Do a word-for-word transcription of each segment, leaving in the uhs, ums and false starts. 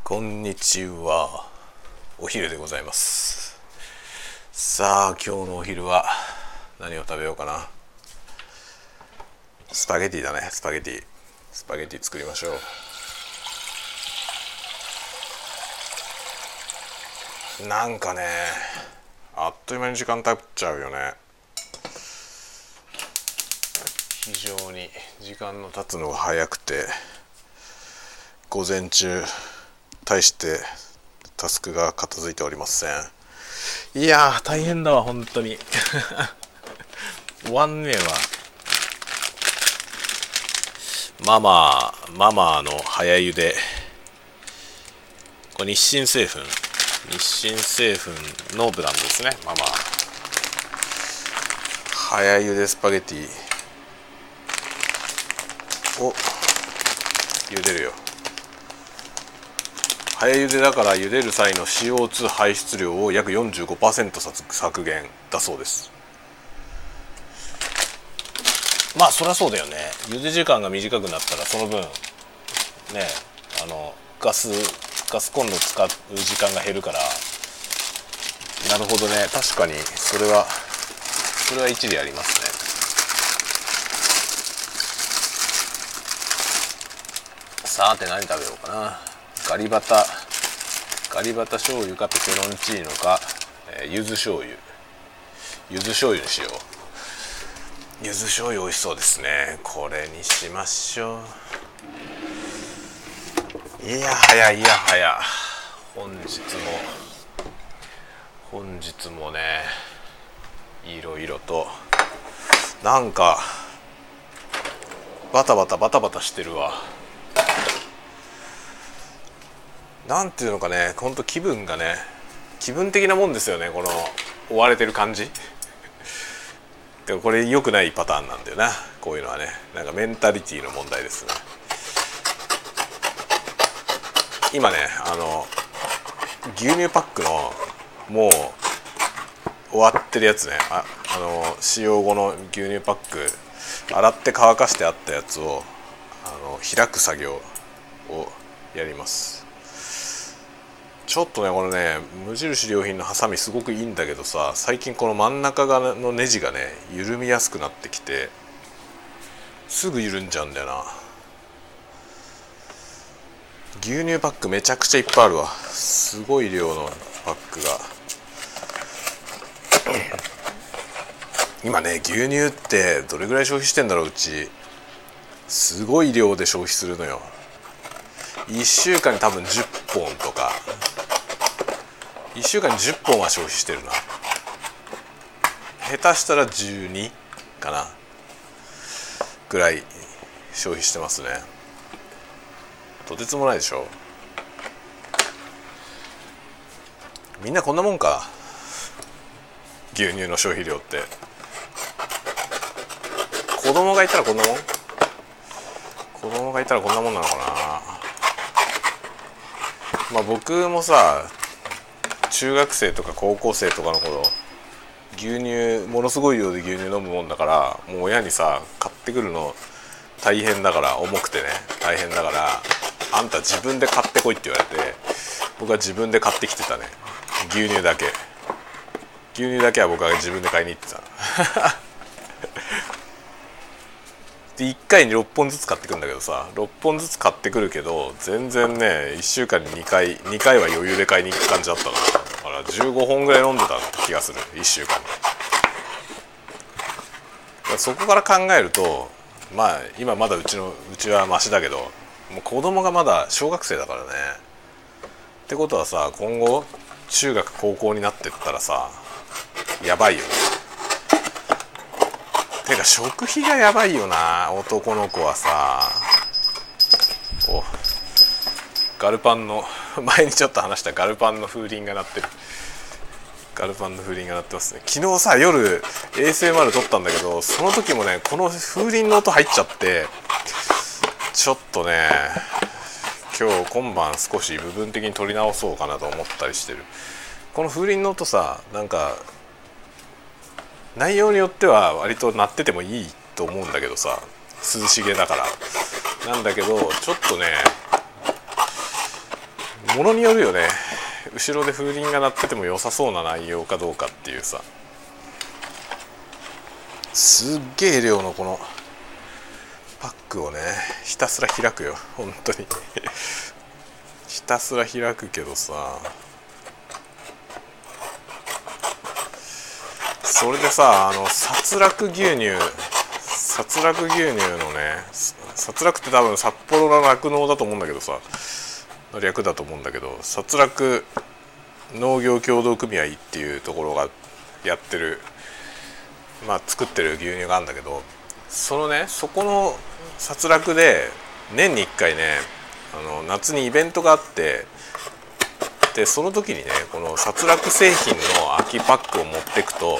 こんにちは。お昼でございます。さあ今日のお昼は何を食べようかな。スパゲティだね。スパゲティスパゲティ作りましょう。なんかねあっという間に時間経っちゃうよね。非常に時間の経つのが早くて、午前中大してタスクが片付いておりません。いやー大変だわ本当にワンねはママママの早茹で、これ日清製粉日清製粉のブランドですね。ママ早茹でスパゲティを茹でるよ。早茹でだから茹でる際の シーオーツー 排出量を約 よんじゅうごパーセント 削減だそうです。まあそりゃそうだよね。茹で時間が短くなったらその分ね、あのガスガスコンロ使う時間が減るから。なるほどね、確かにそれはそれは一理ありますね。さて何食べようかな。ガリバタガリバタ醤油かペペロンチーノか、えー、柚子醤油柚子醤油にしよう。柚子醤油美味しそうですね。これにしましょう。いやはやいやはや本日も本日もねいろいろとなんかバタバタバタバタしてるわ。なんていうのかね、ほんと気分がね気分的なもんですよね。この追われてる感じでもこれ良くないパターンなんだよな。こういうのはねなんかメンタリティの問題ですね。今ねあの牛乳パックのもう終わってるやつね、ああの使用後の牛乳パック洗って乾かしてあったやつをあの開く作業をやります。ちょっとねこのね無印良品のハサミすごくいいんだけどさ、最近この真ん中側のネジがね緩みやすくなってきてすぐ緩んじゃうんだよな。牛乳パックめちゃくちゃいっぱいあるわ。すごい量のパックが今ね牛乳ってどれぐらい消費してんだろう。うちすごい量で消費するのよ。いっしゅうかんに多分じゅっぽんとかいっしゅうかんにじゅっぽんは消費してるな。下手したらじゅうにかなぐらい消費してますね。とてつもないでしょ。みんなこんなもんか。牛乳の消費量って子供がいたらこんなもん子供がいたらこんなもんなのかな。まあ僕もさ中学生とか高校生とかの頃牛乳ものすごい量で牛乳飲むもんだから、もう親にさ買ってくるの大変だから、重くてね大変だからあんた自分で買ってこいって言われて、僕は自分で買ってきてたね。牛乳だけ牛乳だけは僕は自分で買いに行ってたでいっかいにろっぽんずつ買ってくるんだけどさ、ろっぽんずつ買ってくるけど全然ねいっしゅうかんににかいにかいは余裕で買いに行く感じだったな。だからじゅうごほんぐらい飲んでた気がするいっしゅうかんに。そこから考えるとまあ今まだうちのうちはマシだけど、もう子供がまだ小学生だからね。ってことはさ今後中学高校になってったらさやばいよね。てか食費がやばいよな。男の子はさおガルパンの前にちょっと話したガルパンの風鈴が鳴ってる。ガルパンの風鈴が鳴ってますね。昨日さ夜 エーエスエムアール 撮ったんだけど、その時もねこの風鈴の音入っちゃってちょっとね今日今晩少し部分的に撮り直そうかなと思ったりしてる。この風鈴の音さなんか内容によっては割と鳴っててもいいと思うんだけどさ、涼しげだからなんだけどちょっとねものによるよね。後ろで風鈴が鳴ってても良さそうな内容かどうかっていうさ。すっげえ量のこのパックをねひたすら開くよ本当にひたすら開くけどさ、それでさ、あの殺戮牛乳殺戮牛乳のね、殺戮って多分札幌の酪農だと思うんだけどさ、の略だと思うんだけど、殺戮農業協同組合っていうところがやってる、まあ作ってる牛乳があるんだけど、そのね、そこの殺戮で年にいっかいね、あの夏にイベントがあって、でその時にね、この殺戮製品の空きパックを持ってくと、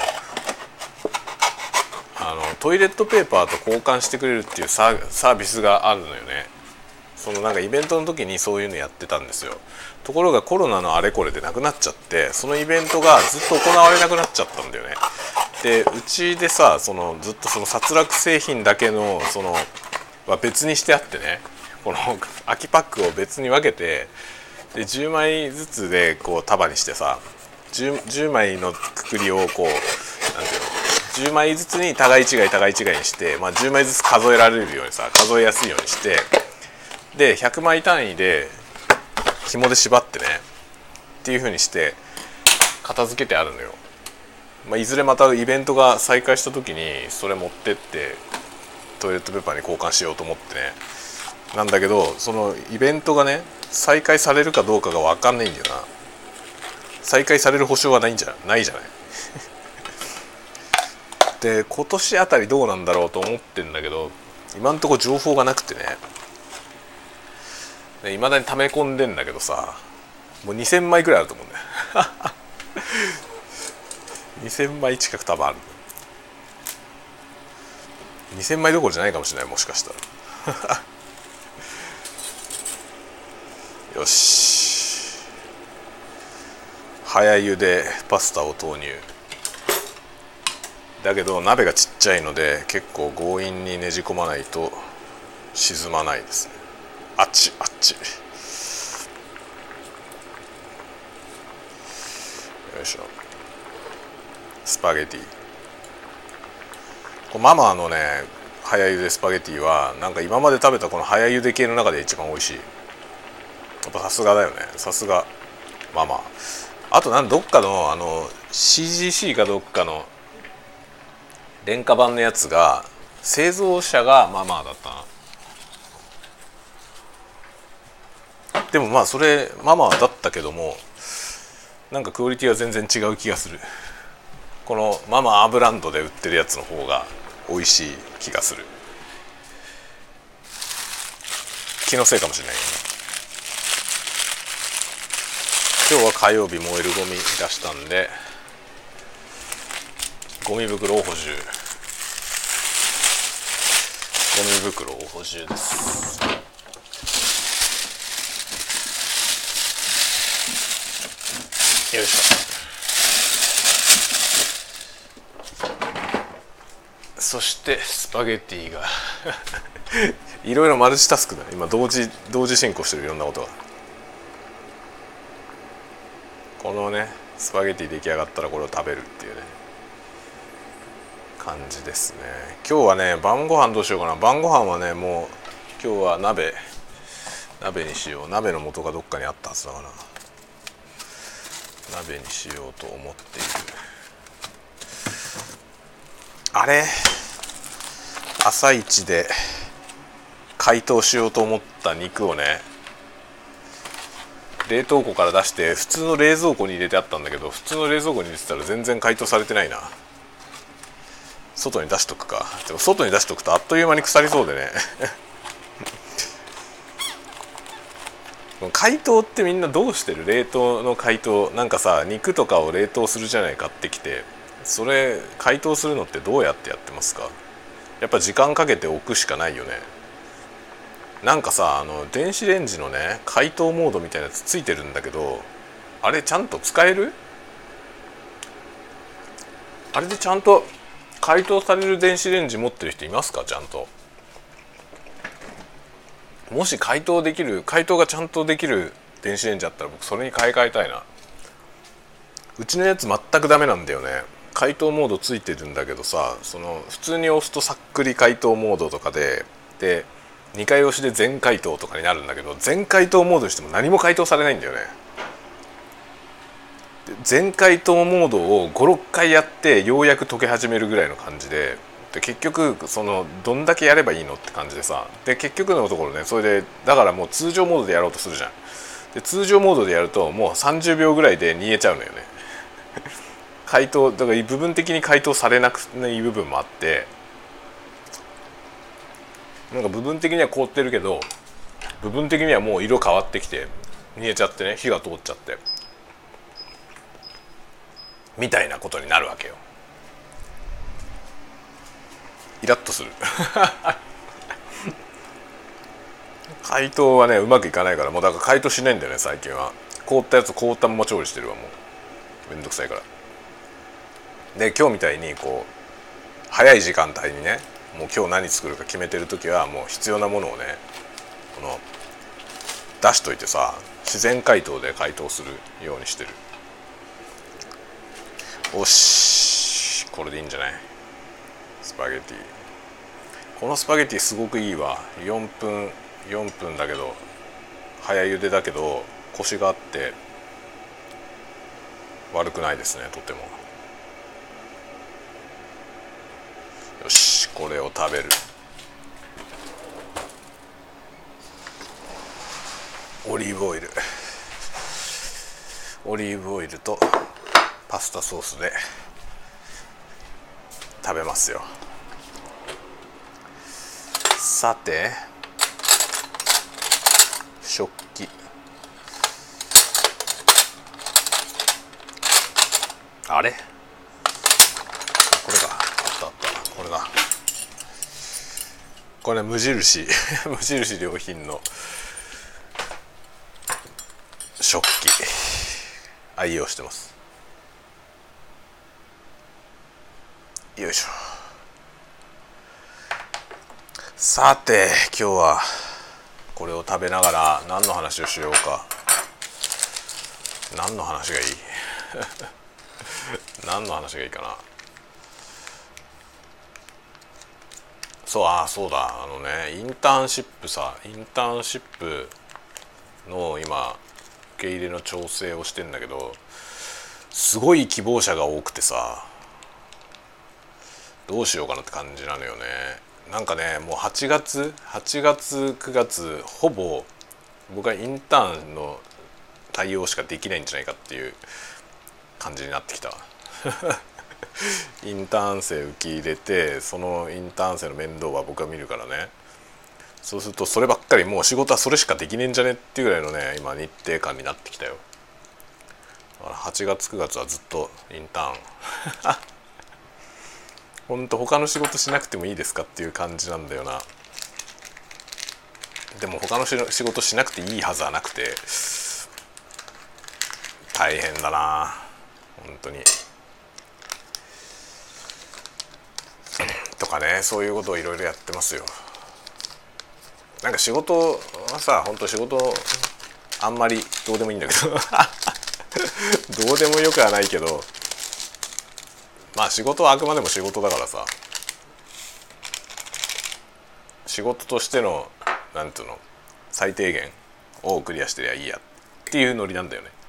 あのトイレットペーパーと交換してくれるっていうサー、サービスがあるのよね。そのなんかイベントの時にそういうのやってたんですよ。ところがコロナのあれこれでなくなっちゃって、そのイベントがずっと行われなくなっちゃったんだよね。でうちでさ、そのずっとその殺戮製品だけのそのは別にしてあってね、この空きパックを別に分けて、でじゅうまいずつでこう束にしてさ、 10, じゅうまいのくくりをこうなんていうの、じゅうまいずつに互い違い互い違いにして、まあ、じゅうまいずつ数えられるようにさ、数えやすいようにして、でひゃくまい単位で紐で縛ってねっていう風にして片付けてあるのよ。まあ、いずれまたイベントが再開した時にそれ持ってってトイレットペーパーに交換しようと思ってね、なんだけど、そのイベントがね再開されるかどうかが分かんないんだよな。再開される保証はないんじゃないじゃないで今年あたりどうなんだろうと思ってんだけど、今んとこ情報がなくてね、いまだに溜め込んでんだけどさ、もうにせんまいくらいあると思うんだよにせんまい近く多分ある。にせんまいどころじゃないかもしれない、もしかしたらよし、早茹でパスタを投入。だけど鍋がちっちゃいので結構強引にねじ込まないと沈まないですね。あっちあっち、よいしょ。スパゲティ、こママのね早茹でスパゲティはなんか今まで食べたこの早茹で系の中で一番美味しい。やっぱさすがだよね、さすがママ。あとなんどっかのあの シージーシー かどっかの廉価版のやつが製造者がママだったな。でもまあそれママだったけども、なんかクオリティは全然違う気がする。このママブランドで売ってるやつの方が美味しい気がする。気のせいかもしれないよね。今日は火曜日燃えるゴミ出したんで、ゴミ袋を補充。ゴミ袋を補充です。よいしょ。そしてスパゲティがいろいろマルチタスクだね。今同時同時進行してる、いろんなことが。このねスパゲティ出来上がったらこれを食べるっていうね感じですね。今日はね晩ご飯どうしようかな。晩ご飯はねもう今日は鍋鍋にしよう。鍋の素がどっかにあったはずだから鍋にしようと思っている。あれ朝一で解凍しようと思った肉をね冷凍庫から出して普通の冷蔵庫に入れてあったんだけど、普通の冷蔵庫に入れてたら全然解凍されてないな。外に出しとくか。でも外に出しとくとあっという間に腐りそうでね解凍ってみんなどうしてる？冷凍の解凍なんかさ、肉とかを冷凍するじゃない、買ってきて。それ解凍するのってどうやってやってますか？やっぱ時間かけておくしかないよね。なんかさ、あの電子レンジのね解凍モードみたいなやつついてるんだけど、あれちゃんと使える？あれでちゃんと解凍される電子レンジ持ってる人いますか？ちゃんと。もし解凍できる解凍がちゃんとできる電子レンジあったら僕それに買い替えたいな。うちのやつ全くダメなんだよね。解凍モードついてるんだけどさ、その普通に押すとさっくり解凍モードとかででにかい押しで全解凍とかになるんだけど、全解凍モードにしても何も解凍されないんだよね。全解凍モードをごろっかいやってようやく溶け始めるぐらいの感じで、で結局そのどんだけやればいいのって感じでさ、で結局のところね、それでだからもう通常モードでやろうとするじゃん。で通常モードでやるともうさんじゅうびょうぐらいで煮えちゃうのよね。解凍だから部分的に解凍されなくない部分もあって、なんか部分的には凍ってるけど部分的にはもう色変わってきて煮えちゃってね、火が通っちゃってみたいなことになるわけよ。イラッとする解凍はねうまくいかないから、もうだから解凍しないんだよね最近は。凍ったやつ凍ったまま調理してるわ。もうめんどくさいから。で今日みたいにこう早い時間帯にね、もう今日何作るか決めてる時はもう必要なものをねこの出しといてさ、自然解凍で解凍するようにしてる。おし、これでいいんじゃない。スパゲティ、このスパゲティすごくいいわ。よんぷんよんぷんだけど早茹でだけどコシがあって悪くないですね、とても。よし、これを食べる。オリーブオイルオリーブオイルとパスタソースで食べますよ。さて食器、あれこれか、あったあった、これだ。これね、無印無印良品の食器愛用してます。よいしょ。さて今日はこれを食べながら何の話をしようか。何の話がいい何の話がいいかな。そう、あそうだ、あのねインターンシップさインターンシップの今受け入れの調整をしてんだけど、すごい希望者が多くてさ、どうしようかなって感じなのよね。なんかねもうはちがつはちがつくがつほぼ僕はインターンの対応しかできないんじゃないかっていう感じになってきたインターン生受け入れて、そのインターン生の面倒は僕が見るからね。そうするとそればっかり、もう仕事はそれしかできねえんじゃねっていうぐらいのね今日程感になってきたよ。だからはちがつくがつはずっとインターンほんと他の仕事しなくてもいいですかっていう感じなんだよな。でも他の仕事しなくていいはずはなくて大変だな本当にとかね、そういうことをいろいろやってますよ。なんか仕事はさ、本当仕事あんまりどうでもいいんだけどどうでもよくはないけど、まあ仕事はあくまでも仕事だからさ、仕事としてのなんていうの最低限をクリアしてりゃいいやっていうノリなんだよね。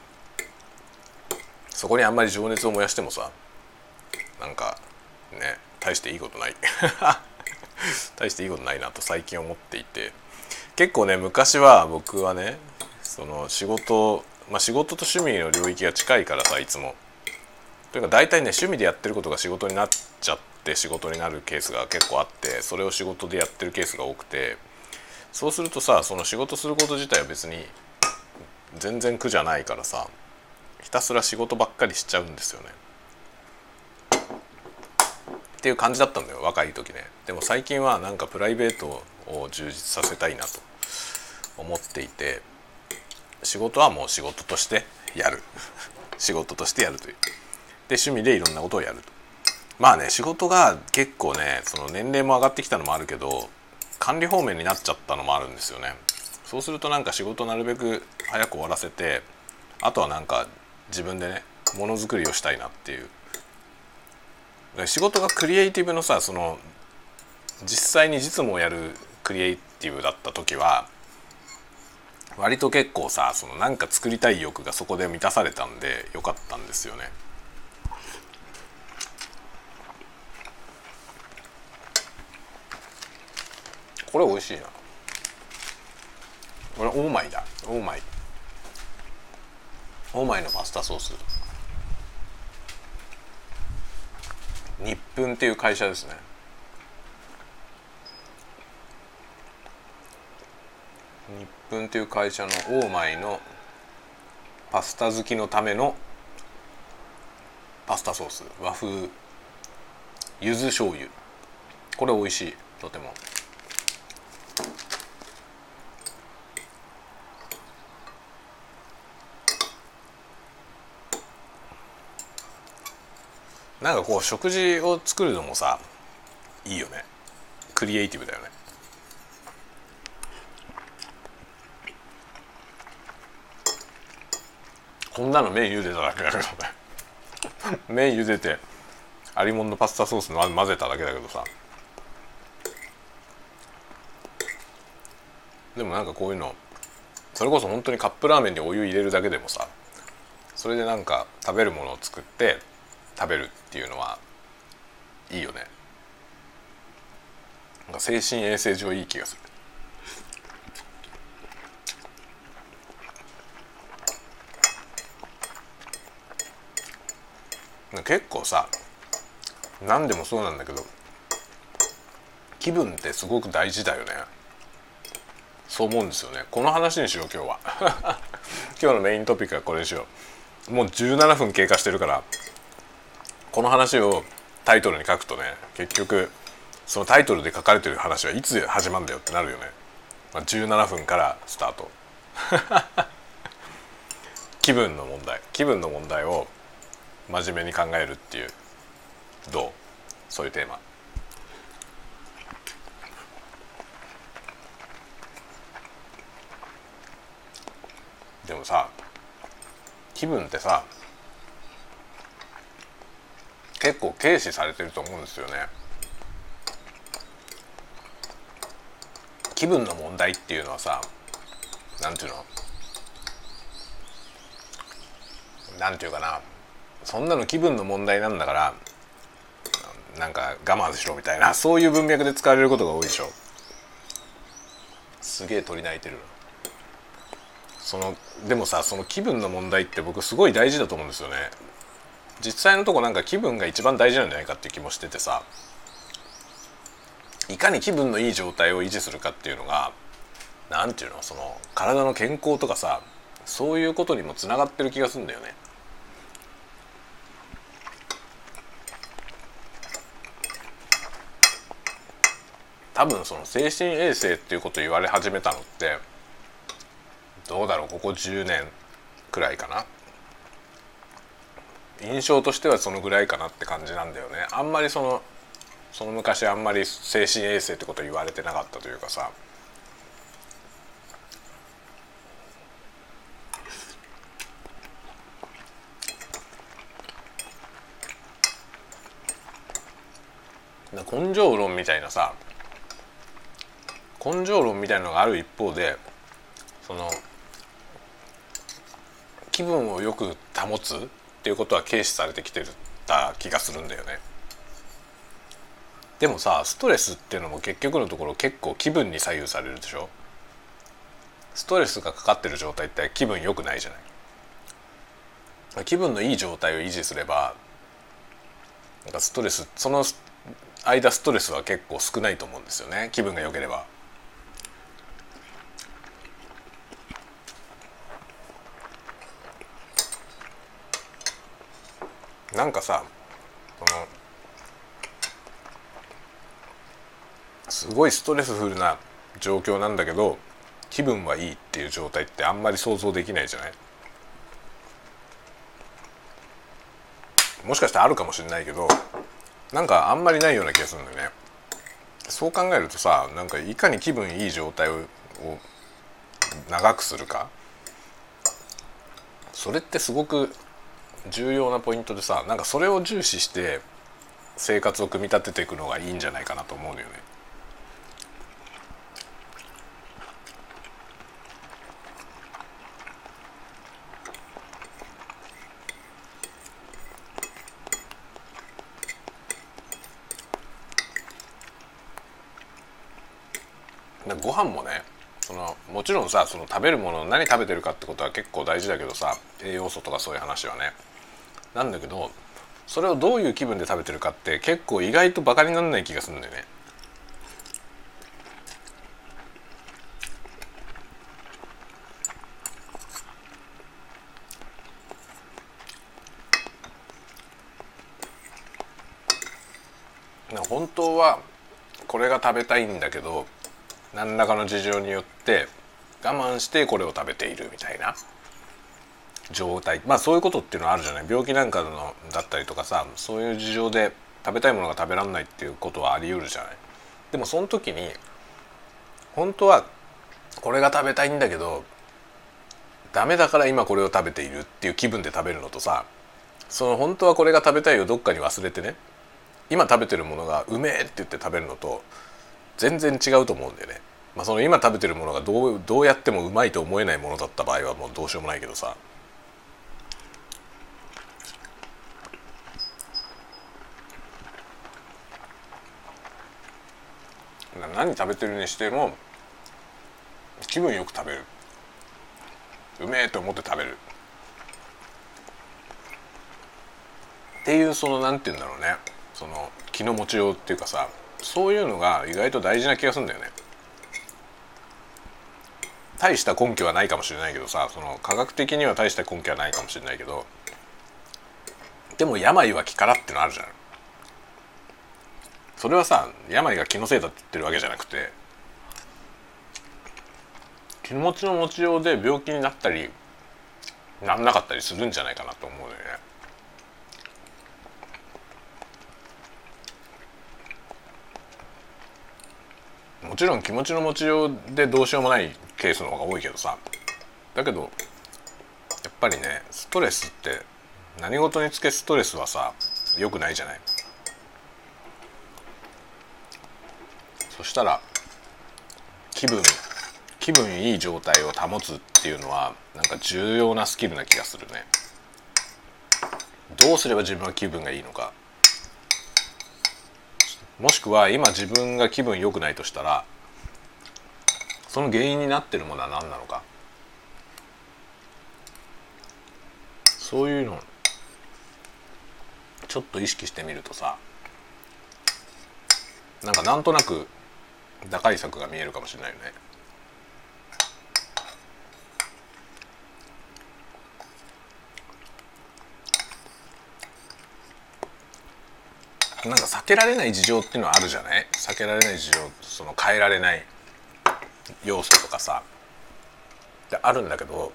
そこにあんまり情熱を燃やしてもさ、なんかね大していいことない大していいことないなと最近思っていて、結構ね昔は僕はねその仕事、まあ、仕事と趣味の領域が近いからさ、いつもというか大体ね趣味でやってることが仕事になっちゃって仕事になるケースが結構あって、それを仕事でやってるケースが多くて、そうするとさ、その仕事すること自体は別に全然苦じゃないからさ、ひたすら仕事ばっかりしちゃうんですよねっていう感じだったんだよ若い時ね。でも最近はなんかプライベートを充実させたいなと思っていて、仕事はもう仕事としてやる仕事としてやるというで、趣味でいろんなことをやると。まあね仕事が結構ねその年齢も上がってきたのもあるけど管理方面になっちゃったのもあるんですよね。 そうするとなんか仕事なるべく早く終わらせて、あとはなんか自分でねものづくりをしたいなっていう。仕事がクリエイティブのさ、その実際に実務をやるクリエイティブだった時は割と結構さ、そのなんか作りたい欲がそこで満たされたんでよかったんですよね。これ美味しいな。これオーマイだ。オーマイオーマイのパスタソース、ニップンっていう会社ですね。ニップンっていう会社のオーマイのパスタ好きのためのパスタソース、和風柚子醤油。これ美味しい、とても。なんかこう食事を作るのもさいいよね。クリエイティブだよね。こんなの麺茹でただけだけどね麺茹でてありもんのパスタソースの混ぜただけだけどさ、でもなんかこういうの、それこそ本当にカップラーメンにお湯入れるだけでもさ、それでなんか食べるものを作って食べるっていうのはいいよね。なんか精神衛生上いい気がする。結構さ、何でもそうなんだけど気分ってすごく大事だよね。そう思うんですよね。この話にしよう今日は今日のメイントピックはこれにしよう。もうじゅうななふん経過してるから、この話をタイトルに書くとね、結局そのタイトルで書かれてる話はいつ始まるんだよってなるよね。まあ、じゅうななふんからスタート気分の問題気分の問題を真面目に考えるっていう、どう？そういうテーマ。でもさ、気分ってさ結構軽視されてると思うんですよね。気分の問題っていうのはさ、なんていうのなんていうかな、そんなの気分の問題なんだからなんか我慢しろみたいな、そういう文脈で使われることが多いでしょ。すげえ鳥鳴いてる。そのでもさ、その気分の問題って僕すごい大事だと思うんですよね。実際のとこなんか気分が一番大事なんじゃないかっていう気もしててさ、いかに気分のいい状態を維持するかっていうのが、なんていうの、その体の健康とかさ、そういうことにもつながってる気がするんだよね。多分その精神衛生っていうことを言われ始めたのってどうだろう、ここじゅうねんくらいかな。印象としてはそのぐらいかなって感じなんだよね。あんまりそのその昔あんまり精神衛生ってこと言われてなかったというかさ、根性論みたいなさ根性論みたいなのがある一方で、その気分をよく保つっていうことは軽視されてきてた気がするんだよね。でもさ、ストレスっていうのも結局のところ結構気分に左右されるでしょ。ストレスがかかってる状態って気分良くないじゃない。気分のいい状態を維持すれば、なんかストレス、その間ストレスは結構少ないと思うんですよね、気分が良ければ。なんかさ、このすごいストレスフルな状況なんだけど気分はいいっていう状態ってあんまり想像できないじゃない。もしかしたらあるかもしれないけど、なんかあんまりないような気がするんだよね。そう考えるとさ、なんかいかに気分いい状態を長くするか、それってすごく重要なポイントでさ、なんかそれを重視して生活を組み立てていくのがいいんじゃないかなと思うのよね。ご飯もね、そのもちろんさ、その食べるもの何食べてるかってことは結構大事だけどさ、栄養素とかそういう話はね、なんだけどそれをどういう気分で食べてるかって結構意外とバカにならない気がするんだよね。本当はこれが食べたいんだけど何らかの事情によって我慢してこれを食べているみたいな状態、まあそういうことっていうのはあるじゃない。病気なんかのだったりとかさ、そういう事情で食べたいものが食べられないっていうことはあり得るじゃない。でもその時に本当はこれが食べたいんだけどダメだから今これを食べているっていう気分で食べるのとさ、その本当はこれが食べたいをどっかに忘れてね、今食べてるものがうめえって言って食べるのと全然違うと思うんだよね。まあ、その今食べてるものがどう、どうやってもうまいと思えないものだった場合はもうどうしようもないけどさ、何食べてるにしても気分よく食べる、うめえと思って食べるっていう、そのなんて言うんだろうね、その気の持ちようっていうかさ、そういうのが意外と大事な気がするんだよね。大した根拠はないかもしれないけどさ、その科学的には大した根拠はないかもしれないけど、でも病は気からってのあるじゃん。それはさ、病が気のせいだって言ってるわけじゃなくて、気持ちの持ちようで病気になったりなんなかったりするんじゃないかなと思うのよね。もちろん気持ちの持ちようでどうしようもないケースの方が多いけどさ、だけどやっぱりね、ストレスって何事につけストレスはさ良くないじゃない。そしたら気分気分いい状態を保つっていうのはなんか重要なスキルな気がするね。どうすれば自分は気分がいいのか、もしくは今自分が気分良くないとしたらその原因になってるものは何なのか、そういうのちょっと意識してみるとさ、なんかなんとなく打開策が見えるかもしれないよね。なんか避けられない事情っていうのはあるじゃない。避けられない事情、その変えられない要素とかさであるんだけど、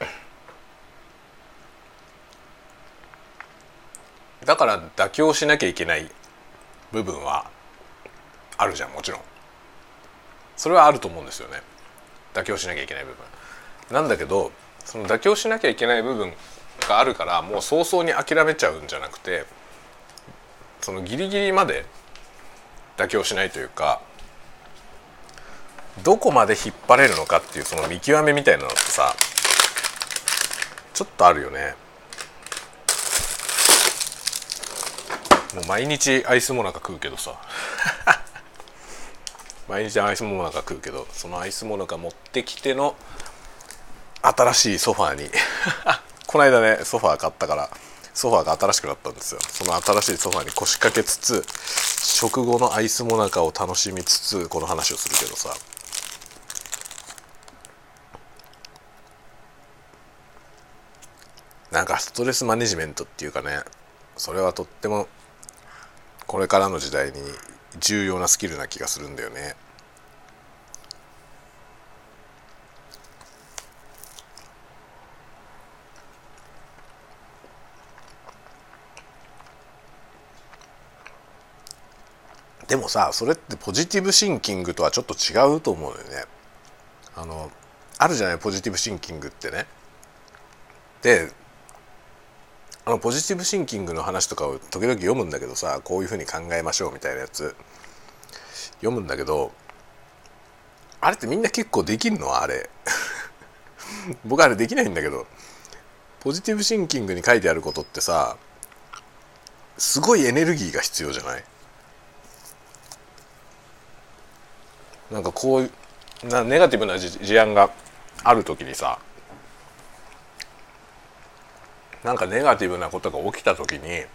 だから妥協しなきゃいけない部分はあるじゃん。もちろんそれはあると思うんですよね。妥協しなきゃいけない部分なんだけど、その妥協しなきゃいけない部分があるからもう早々に諦めちゃうんじゃなくて、そのギリギリまで妥協しないというか、どこまで引っ張れるのかっていうその見極めみたいなのってさちょっとあるよね。もう毎日アイスモナカ食うけどさ毎日アイスモナカ食うけど、そのアイスモナカ持ってきての新しいソファーにこの間ねソファー買ったからソファーが新しくなったんですよ。その新しいソファーに腰掛けつつ食後のアイスモナカを楽しみつつこの話をするけどさ、なんかストレスマネジメントっていうかね、それはとってもこれからの時代に重要なスキルな気がするんだよね。でもさ、それってポジティブシンキングとはちょっと違うと思うよね。あのあるじゃない、ポジティブシンキングってね。であのポジティブシンキングの話とかを時々読むんだけどさ、こういうふうに考えましょうみたいなやつ読むんだけど、あれってみんな結構できんの？あれ僕あれできないんだけど、ポジティブシンキングに書いてあることってさ、すごいエネルギーが必要じゃない？なんかこういうなネガティブな事案がある時にさ、なんかネガティブなことが起きた時に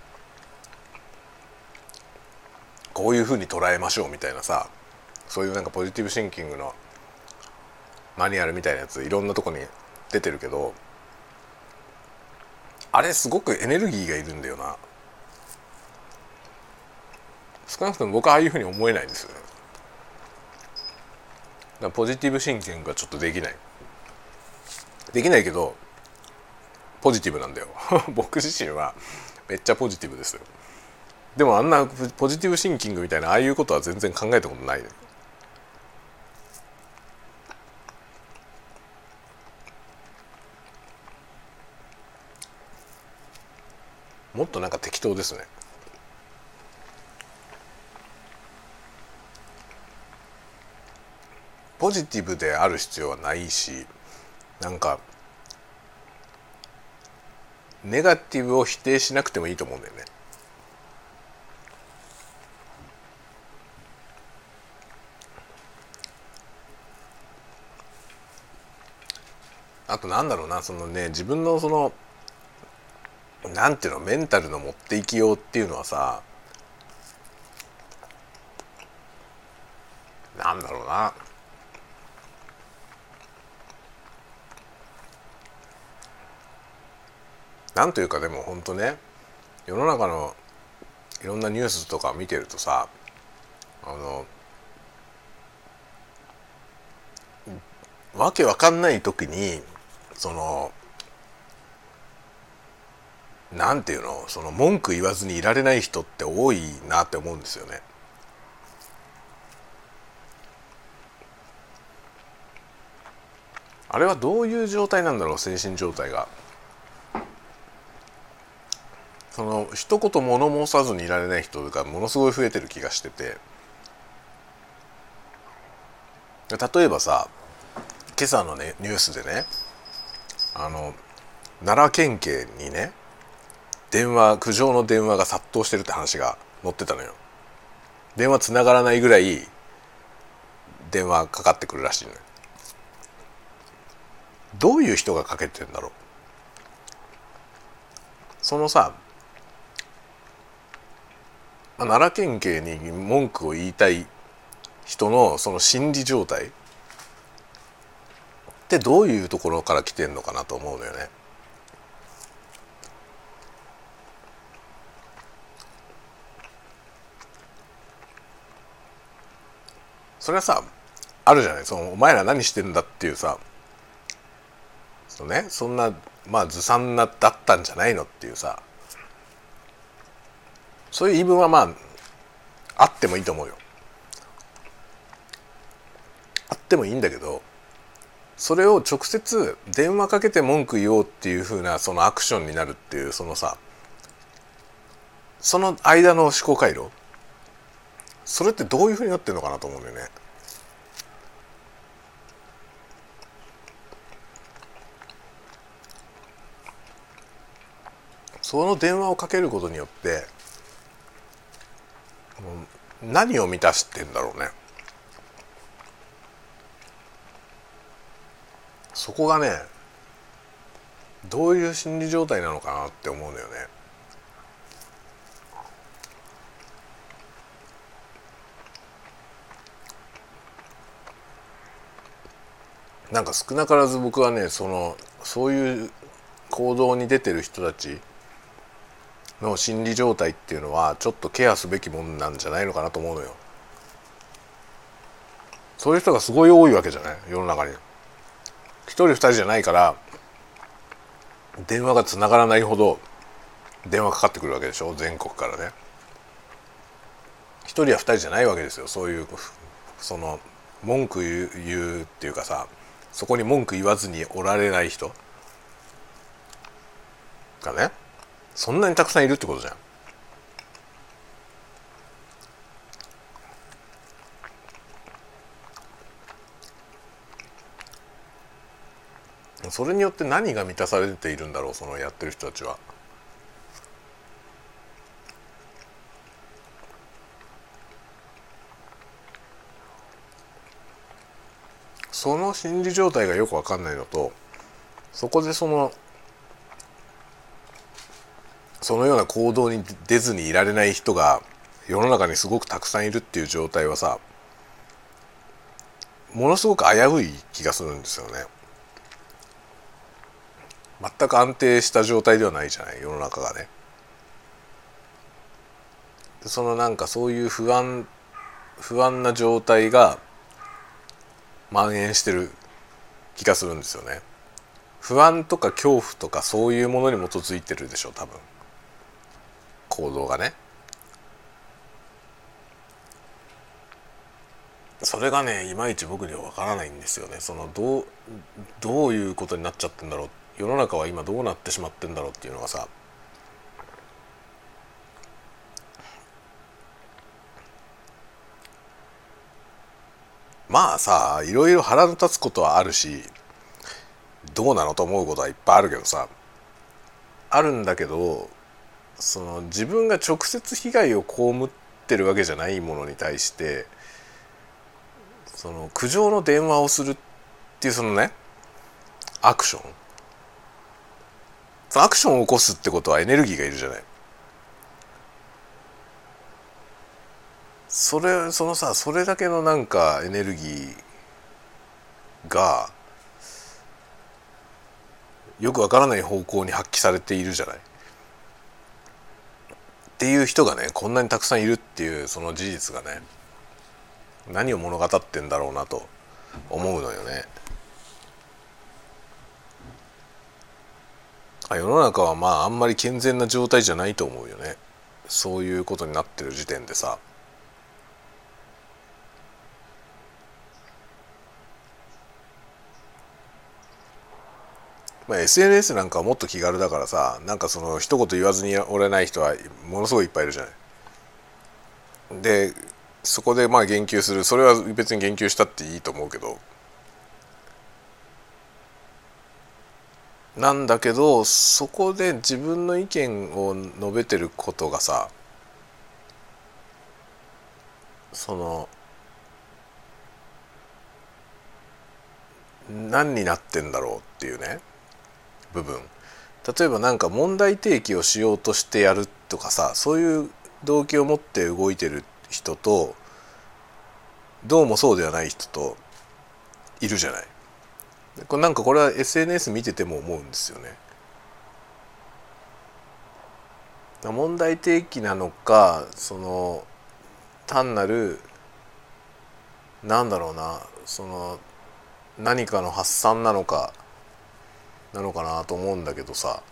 こういうふうに捉えましょうみたいなさ、そういうなんかポジティブシンキングのマニュアルみたいなやついろんなとこに出てるけど、あれすごくエネルギーがいるんだよな。少なくとも僕はああいうふうに思えないんですよね。だからポジティブシンキングがちょっとできないできないけどポジティブなんだよ僕自身はめっちゃポジティブですよ。でもあんなポジティブシンキングみたいなああいうことは全然考えたことない。もっとなんか適当ですね。ポジティブである必要はないし、なんかネガティブを否定しなくてもいいと思うんだよね。あとなんだろうな、そのね、自分のそのなんていうの、メンタルの持っていきようっていうのはさ、なんだろうな、なんというか、でも本当ね、世の中のいろんなニュースとか見てるとさ、あのわけわかんない時にそのなんていうの、その文句言わずにいられない人って多いなって思うんですよね。あれはどういう状態なんだろう、精神状態が。その一言物申さずにいられない人がものすごい増えてる気がしてて、例えばさ、今朝のねニュースでね、あの奈良県警にね電話苦情の電話が殺到してるって話が載ってたのよ。電話つながらないぐらい電話かかってくるらしいのよ。どういう人がかけてんだろう。そのさ、奈良県警に文句を言いたい人のその心理状態ってどういうところから来てんのかなと思うのよね。それはさ、あるじゃない、そのお前ら何してんだっていうさ、そうね、そんなまあずさんなだったんじゃないのっていうさ、そういう言い分はまああってもいいと思うよ。あってもいいんだけど、それを直接電話かけて文句言おうっていう風なそのアクションになるっていう、そのさ、その間の思考回路、それってどういう風になってるのかなと思うんだよね。その電話をかけることによって何を満たしてんだろうね。そこがね、どういう心理状態なのかなって思うのよね。なんか少なからず僕はね、そのそういう行動に出てる人たちの心理状態っていうのはちょっとケアすべきもんなんじゃないのかなと思うのよ。そういう人がすごい多いわけじゃない、世の中に。一人二人じゃないから電話がつながらないほど電話かかってくるわけでしょ、全国からね。一人や二人じゃないわけですよ、そういうその文句言う、言うっていうかさ、 そこに文句言わずにおられない人がね、そんなにたくさんいるってことじゃん。それによって何が満たされているんだろう、そのやってる人たちは。その心理状態がよく分かんないのと、そこでそのそのような行動に出ずにいられない人が世の中にすごくたくさんいるっていう状態はさ、ものすごく危うい気がするんですよね。全く安定した状態ではないじゃない、世の中がね。そのなんかそういう不安不安な状態が蔓延してる気がするんですよね。不安とか恐怖とかそういうものに基づいてるでしょ、多分行動がね。それがね、いまいち僕には分からないんですよね。そのどうどういうことになっちゃってんだろう、世の中は今どうなってしまってんだろうっていうのがさ、まあさ、いろいろ腹の立つことはあるし、どうなのと思うことはいっぱいあるけどさ、あるんだけど、その自分が直接被害を被ってるわけじゃないものに対して、その苦情の電話をするっていうそのね、アクション、そのアクションを起こすってことはエネルギーがいるじゃない。それそのさ、それだけのなんかエネルギーがよくわからない方向に発揮されているじゃない。っていう人がね、こんなにたくさんいるっていうその事実がね、何を物語ってんだろうなと思うのよね。世の中はまああんまり健全な状態じゃないと思うよね、そういうことになってる時点でさ。まあ、エスエヌエス なんかはもっと気軽だからさ、なんかその一言言わずにおれない人はものすごいいっぱいいるじゃない。でそこでまあ言及する、それは別に言及したっていいと思うけど、なんだけどそこで自分の意見を述べてることがさ、その何になってんだろうっていうね部分。例えばなんか問題提起をしようとしてやるとかさ、そういう動機を持って動いてる人と、どうもそうではない人といるじゃない。これなんかこれは エスエヌエス 見てても思うんですよね。問題提起なのか、その単なるなんだろうな、その何かの発散なのかなのかなと思うんだけどさ。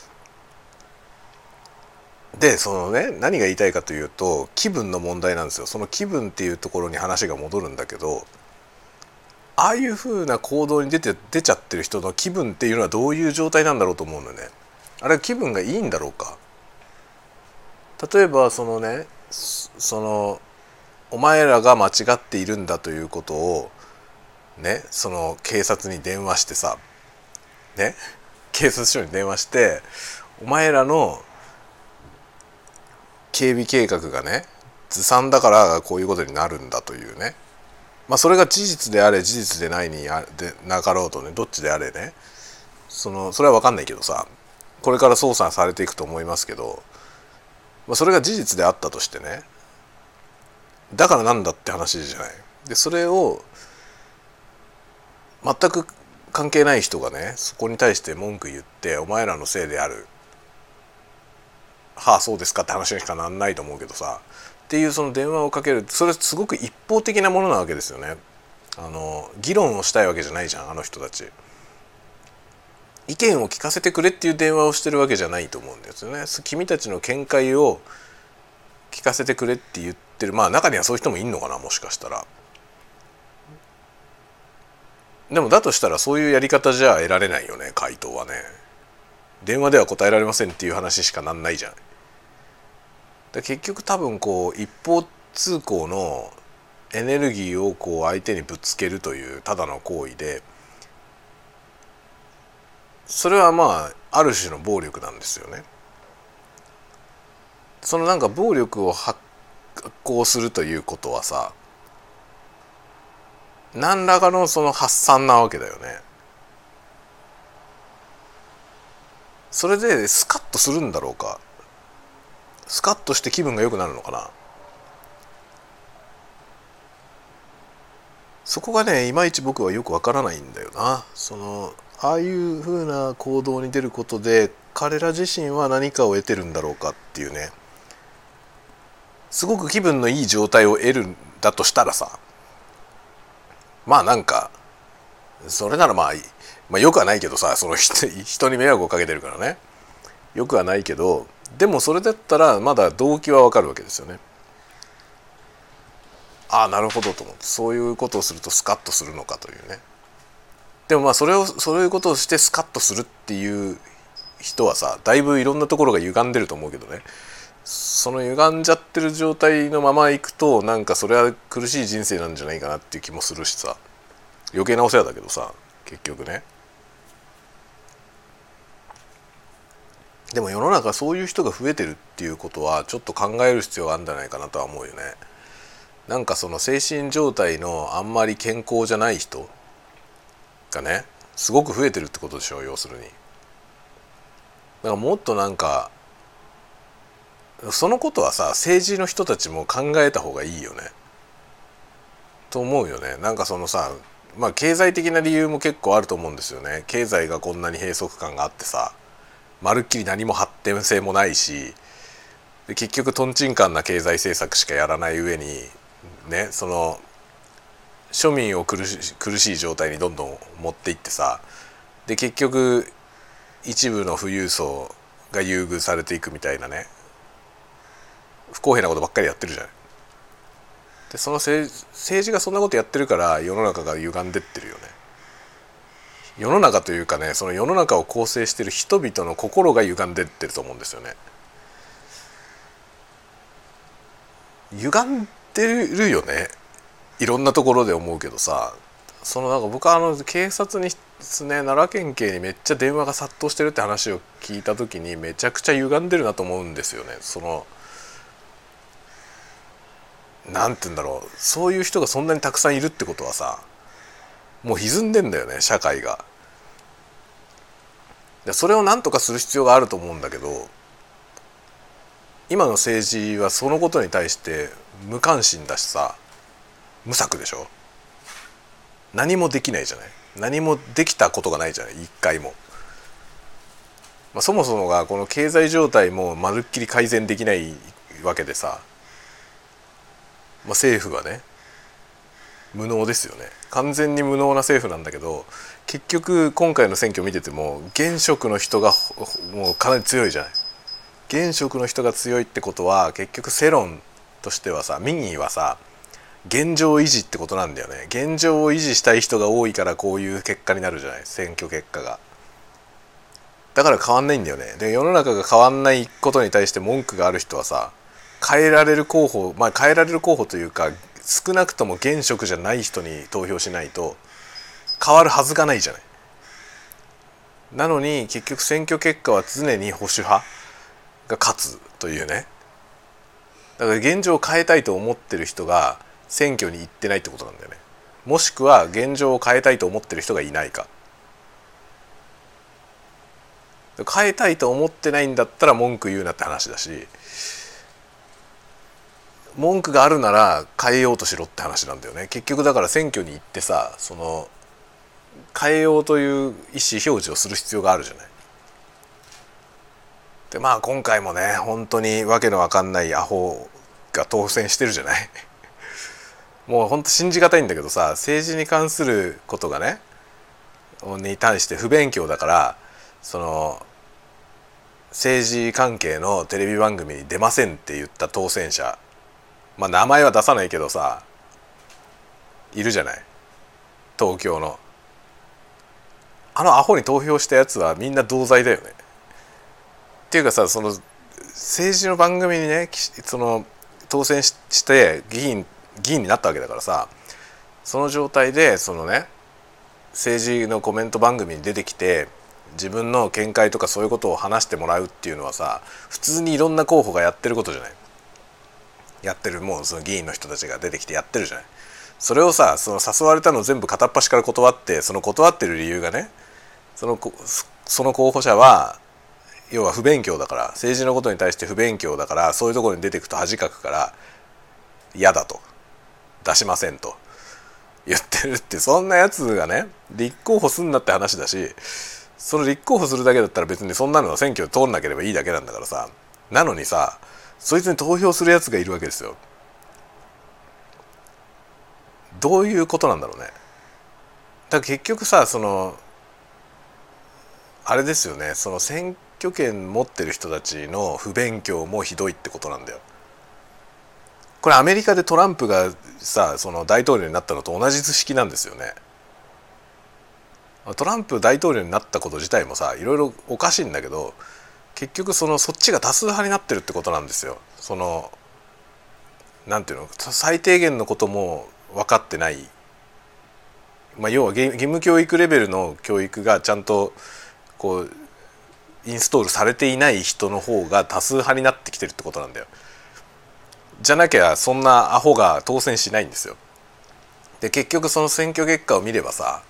でそのね、何が言いたいかというと、気分の問題なんですよ。その気分っていうところに話が戻るんだけど、ああいう風な行動に出て出ちゃってる人の気分っていうのはどういう状態なんだろうと思うのよね。あれは気分がいいんだろうか。例えばそのね、そのお前らが間違っているんだということをね、その警察に電話してさね、警察署に電話して、お前らの警備計画がねずさんだからこういうことになるんだというね、まあそれが事実であれ事実でないにあでなかろうとね、どっちであれね、そのそれは分かんないけどさ、これから捜査されていくと思いますけど、まあ、それが事実であったとしてね、だからなんだって話じゃない。でそれを全く関係ない人がね、そこに対して文句言って、お前らのせいである、はあそうですかって話にしかなんないと思うけどさ、っていうその電話をかける、それすごく一方的なものなわけですよね。あの議論をしたいわけじゃないじゃん、あの人たち。意見を聞かせてくれっていう電話をしてるわけじゃないと思うんですよね。君たちの見解を聞かせてくれって言ってる、まあ中にはそういう人もいんのかな、もしかしたら。 でもだとしたらそういうやり方じゃ得られないよね、回答はね。電話では答えられませんっていう話しかなんないじゃん。で結局多分こう一方通行のエネルギーをこう相手にぶつけるというただの行為で、それはまあある種の暴力なんですよね。そのなんか暴力を発行するということはさ、何らかのその発散なわけだよね。それでスカッとするんだろうか。スカッとして気分が良くなるのかな。そこがねいまいち僕はよくわからないんだよな。そのああいう風な行動に出ることで彼ら自身は何かを得てるんだろうかっていうね。すごく気分のいい状態を得るんだとしたらさ、まあなんかそれならまあいい、まあよくはないけどさ、その人人に迷惑をかけてるからね、よくはないけど、でもそれだったらまだ動機はわかるわけですよね。ああなるほどと思って、そういうことをするとスカッとするのかというね。でもまあそれをそういうことをしてスカッとするっていう人はさ、だいぶいろんなところが歪んでると思うけどね。その歪んじゃってる状態のままいくと、なんかそれは苦しい人生なんじゃないかなっていう気もするしさ、余計なお世話だけどさ結局ね。でも世の中そういう人が増えてるっていうことはちょっと考える必要があるんじゃないかなとは思うよね。なんかその精神状態のあんまり健康じゃない人がねすごく増えてるってことでしょう、要するに。だからもっとなんかそのことはさ政治の人たちも考えた方がいいよねと思うよね。なんかそのさ、まあ経済的な理由も結構あると思うんですよね。経済がこんなに閉塞感があってさ、まるっきり何も発展性もないし、で結局とんちんかんな経済政策しかやらない上にね、その庶民を苦し苦しい状態にどんどん持っていってさ、で結局一部の富裕層が優遇されていくみたいなね、不公平なことばっかりやってるじゃない。でその政政治がそんなことやってるから世の中が歪んでってるよね。世の中というかね、その世の中を構成している人々の心が歪んでってると思うんですよね。歪んでるよね、いろんなところで思うけどさ。そのなんか僕はあの警察にですね、奈良県警にめっちゃ電話が殺到してるって話を聞いた時にめちゃくちゃ歪んでるなと思うんですよね。そのなんて言うんだろう、そういう人がそんなにたくさんいるってことはさ、もう歪んでんだよね社会が。でそれを何とかする必要があると思うんだけど、今の政治はそのことに対して無関心だしさ、無策でしょ。何もできないじゃない。何もできたことがないじゃない、一回も。まあ、そもそもがこの経済状態もまるっきり改善できないわけでさ、まあ、政府はね無能ですよね。完全に無能な政府なんだけど、結局今回の選挙見てても現職の人がもうかなり強いじゃない。現職の人が強いってことは結局世論としてはさ、民意はさ現状維持ってことなんだよね。現状を維持したい人が多いからこういう結果になるじゃない、選挙結果が。だから変わんないんだよね。で世の中が変わんないことに対して文句がある人はさ、変えられる候補、まあ変えられる候補というか少なくとも現職じゃない人に投票しないと変わるはずがないじゃない。なのに結局選挙結果は常に保守派が勝つというね。だから現状を変えたいと思ってる人が選挙に行ってないってことなんだよね。もしくは現状を変えたいと思ってる人がいないか。変えたいと思ってないんだったら文句言うなって話だし、文句があるなら変えようとしろって話なんだよね。結局だから選挙に行ってさ、その変えようという意思表示をする必要があるじゃない。でまあ今回もね本当にわけのわかんないアホが当選してるじゃないもう本当信じがたいんだけどさ、政治に関することがねに対して不勉強だから、その政治関係のテレビ番組に出ませんって言った当選者、まあ名前は出さないけどさいるじゃない、東京のあのアホに投票したやつはみんな同罪だよね。っていうかさ、その政治の番組にね、その当選して議員議員になったわけだからさ、その状態でそのね政治のコメント番組に出てきて自分の見解とかそういうことを話してもらうっていうのはさ、普通にいろんな候補がやってることじゃない。やってる、もうその議員の人たちが出てきてやってるじゃない。それをさ、その誘われたのを全部片っ端から断って、その断ってる理由がね、そのその候補者は要は不勉強だから、政治のことに対して不勉強だから、そういうところに出てくと恥かくから嫌だと、出しませんと言ってるって、そんなやつがね立候補すんなって話だし、その立候補するだけだったら別にそんなのは選挙で通んなければいいだけなんだからさ。なのにさ、そいつに投票するやつがいるわけですよ。どういうことなんだろうね。だから結局さ、そのあれですよね、その選挙権持ってる人たちの不勉強もひどいってことなんだよ。これアメリカでトランプがさ、その大統領になったのと同じ図式なんですよね。トランプ大統領になったこと自体もさ、いろいろおかしいんだけど、結局そのそっちが多数派になってるってことなんですよ。そのなんていうの、最低限のことも分かってない、まあ、要は義務教育レベルの教育がちゃんとこうインストールされていない人の方が多数派になってきてるってことなんだよ。じゃなきゃそんなアホが当選しないんですよ。で結局その選挙結果を見ればさ、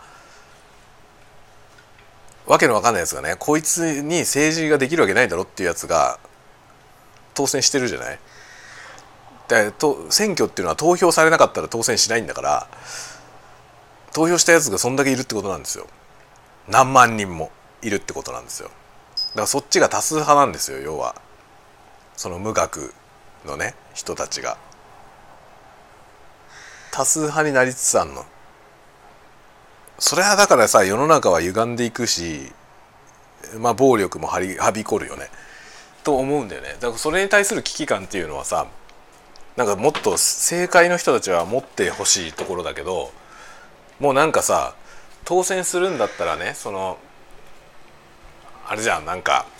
わけのわかんないやつがね、こいつに政治ができるわけないだろっていうやつが当選してるじゃない。でと選挙っていうのは投票されなかったら当選しないんだから、投票したやつがそんだけいるってことなんですよ。何万人もいるってことなんですよ。だからそっちが多数派なんですよ。要はその無学のね人たちが多数派になりつつあんの。それはだからさ、世の中は歪んでいくし、まあ暴力もはりはびこるよねと思うんだよね。だからそれに対する危機感っていうのはさ、なんかもっと政界の人たちは持ってほしいところだけど、もうなんかさ、当選するんだったらね、そのあれじゃん、なんか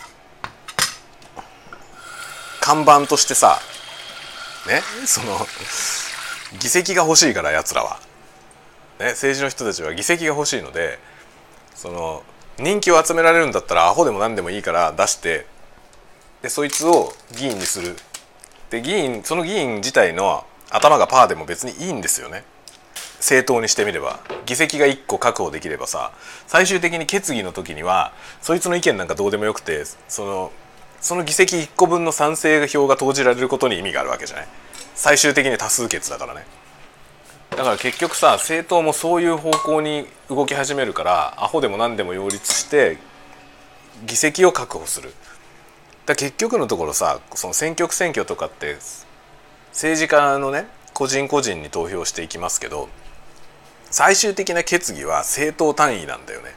看板としてさね、その議席が欲しいからやつらは、ね、政治の人たちは議席が欲しいので、その人気を集められるんだったらアホでも何でもいいから出して、でそいつを議員にする。で議員、その議員自体の頭がパーでも別にいいんですよね。政党にしてみれば議席がいっこ確保できればさ、最終的に決議の時にはそいつの意見なんかどうでもよくて、そのその議席いっこぶんの賛成票が投じられることに意味があるわけじゃない。最終的に多数決だからね。だから結局さ、政党もそういう方向に動き始めるから、アホでも何でも擁立して議席を確保する。だ結局のところさ、その選挙区選挙とかって政治家のね個人個人に投票していきますけど、最終的な決議は政党単位なんだよね。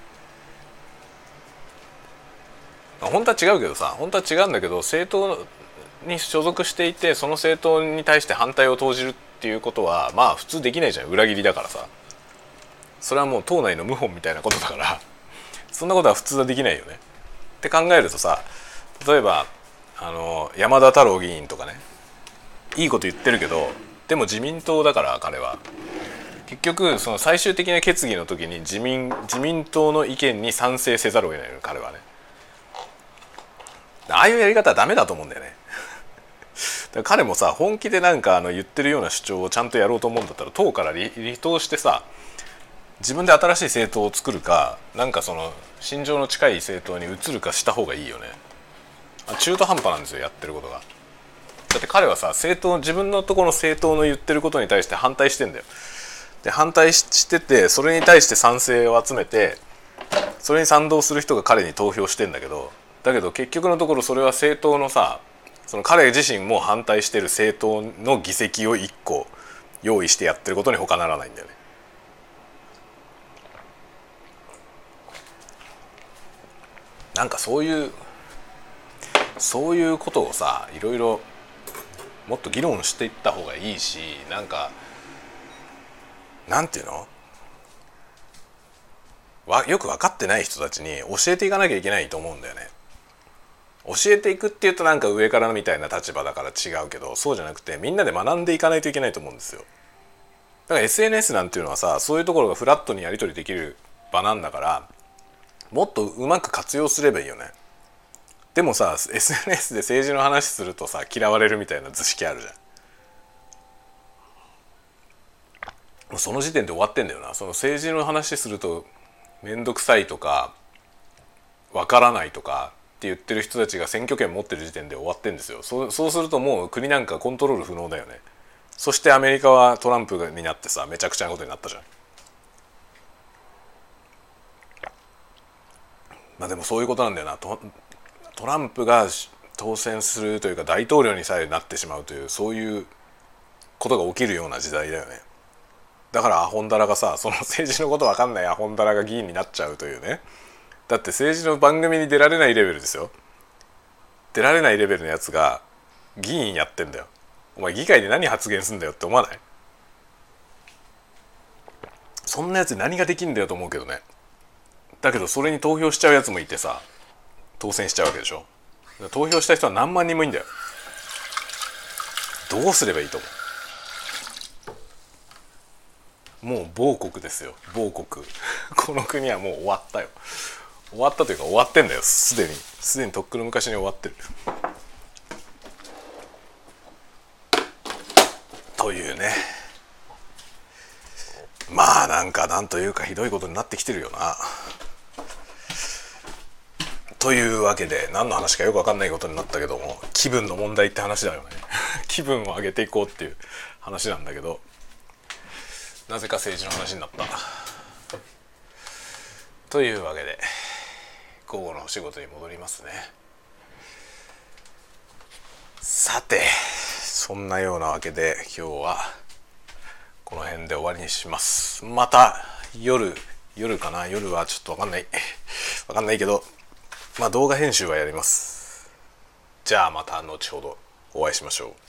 本当は違うけどさ、本当は違うんだけど、政党に所属していてその政党に対して反対を投じるっていうことはまあ普通できないじゃん。裏切りだからさ、それはもう党内の謀反みたいなことだからそんなことは普通はできないよねって考えるとさ、例えばあの山田太郎議員とかね、いいこと言ってるけど、でも自民党だから彼は結局その最終的な決議の時に自民自民党の意見に賛成せざるを得ないの彼はね。ああいうやり方はダメだと思うんだよねだから彼もさ、本気でなんかあの言ってるような主張をちゃんとやろうと思うんだったら、党から離党してさ、自分で新しい政党を作るか、なんかその心情の近い政党に移るかした方がいいよね。中途半端なんですよ、やってることが。だって彼はさ、政党、自分のところの政党の言ってることに対して反対してんだよ。で反対してて、それに対して賛成を集めて、それに賛同する人が彼に投票してんだけど、だけど結局のところそれは政党のさ、その彼自身も反対してる政党の議席をいっこ用意してやってることに他ならないんだよね。なんかそういうそういうことをさ、いろいろもっと議論していった方がいいし、なんかなんていうの、 わよく分かってない人たちに教えていかなきゃいけないと思うんだよね。教えていくっていうとなんか上からみたいな立場だから違うけど、そうじゃなくてみんなで学んでいかないといけないと思うんですよ。だから エスエヌエス なんていうのはさ、そういうところがフラットにやり取りできる場なんだから、もっとうまく活用すればいいよね。でもさ エスエヌエス で政治の話するとさ嫌われるみたいな図式あるじゃん。もうその時点で終わってんだよな。その政治の話すると面倒くさいとかわからないとかって言ってる人たちが選挙権持ってる時点で終わってんですよ。そう、そうするともう国なんかコントロール不能だよね。そしてアメリカはトランプになってさめちゃくちゃなことになったじゃん。まあでもそういうことなんだよな。ト, トランプが当選するというか大統領にさえなってしまうというそういうことが起きるような時代だよね。だからアホンダラがさ、その政治のこと分かんないアホンダラが議員になっちゃうというね。だって政治の番組に出られないレベルですよ。出られないレベルのやつが議員やってんだよ。お前議会で何発言すんだよって思わない？そんなやつに何ができんだよと思うけどね。だけどそれに投票しちゃうやつもいてさ、当選しちゃうわけでしょ。投票した人は何万人もいいんだよ。どうすればいいと思う？もう亡国ですよ、亡国この国はもう終わったよ。終わったというか終わってんだよ。すでにすでにとっくの昔に終わってるというね。まあなんかなんというかひどいことになってきてるよな。というわけで何の話かよく分かんないことになったけども、気分の問題って話だよね気分を上げていこうっていう話なんだけど、なぜか政治の話になったというわけで午後のお仕事に戻りますね。さてそんなようなわけで今日はこの辺で終わりにします。また夜夜かな、夜はちょっと分かんない分かんないけど、まあ動画編集はやります。じゃあまた後ほどお会いしましょう。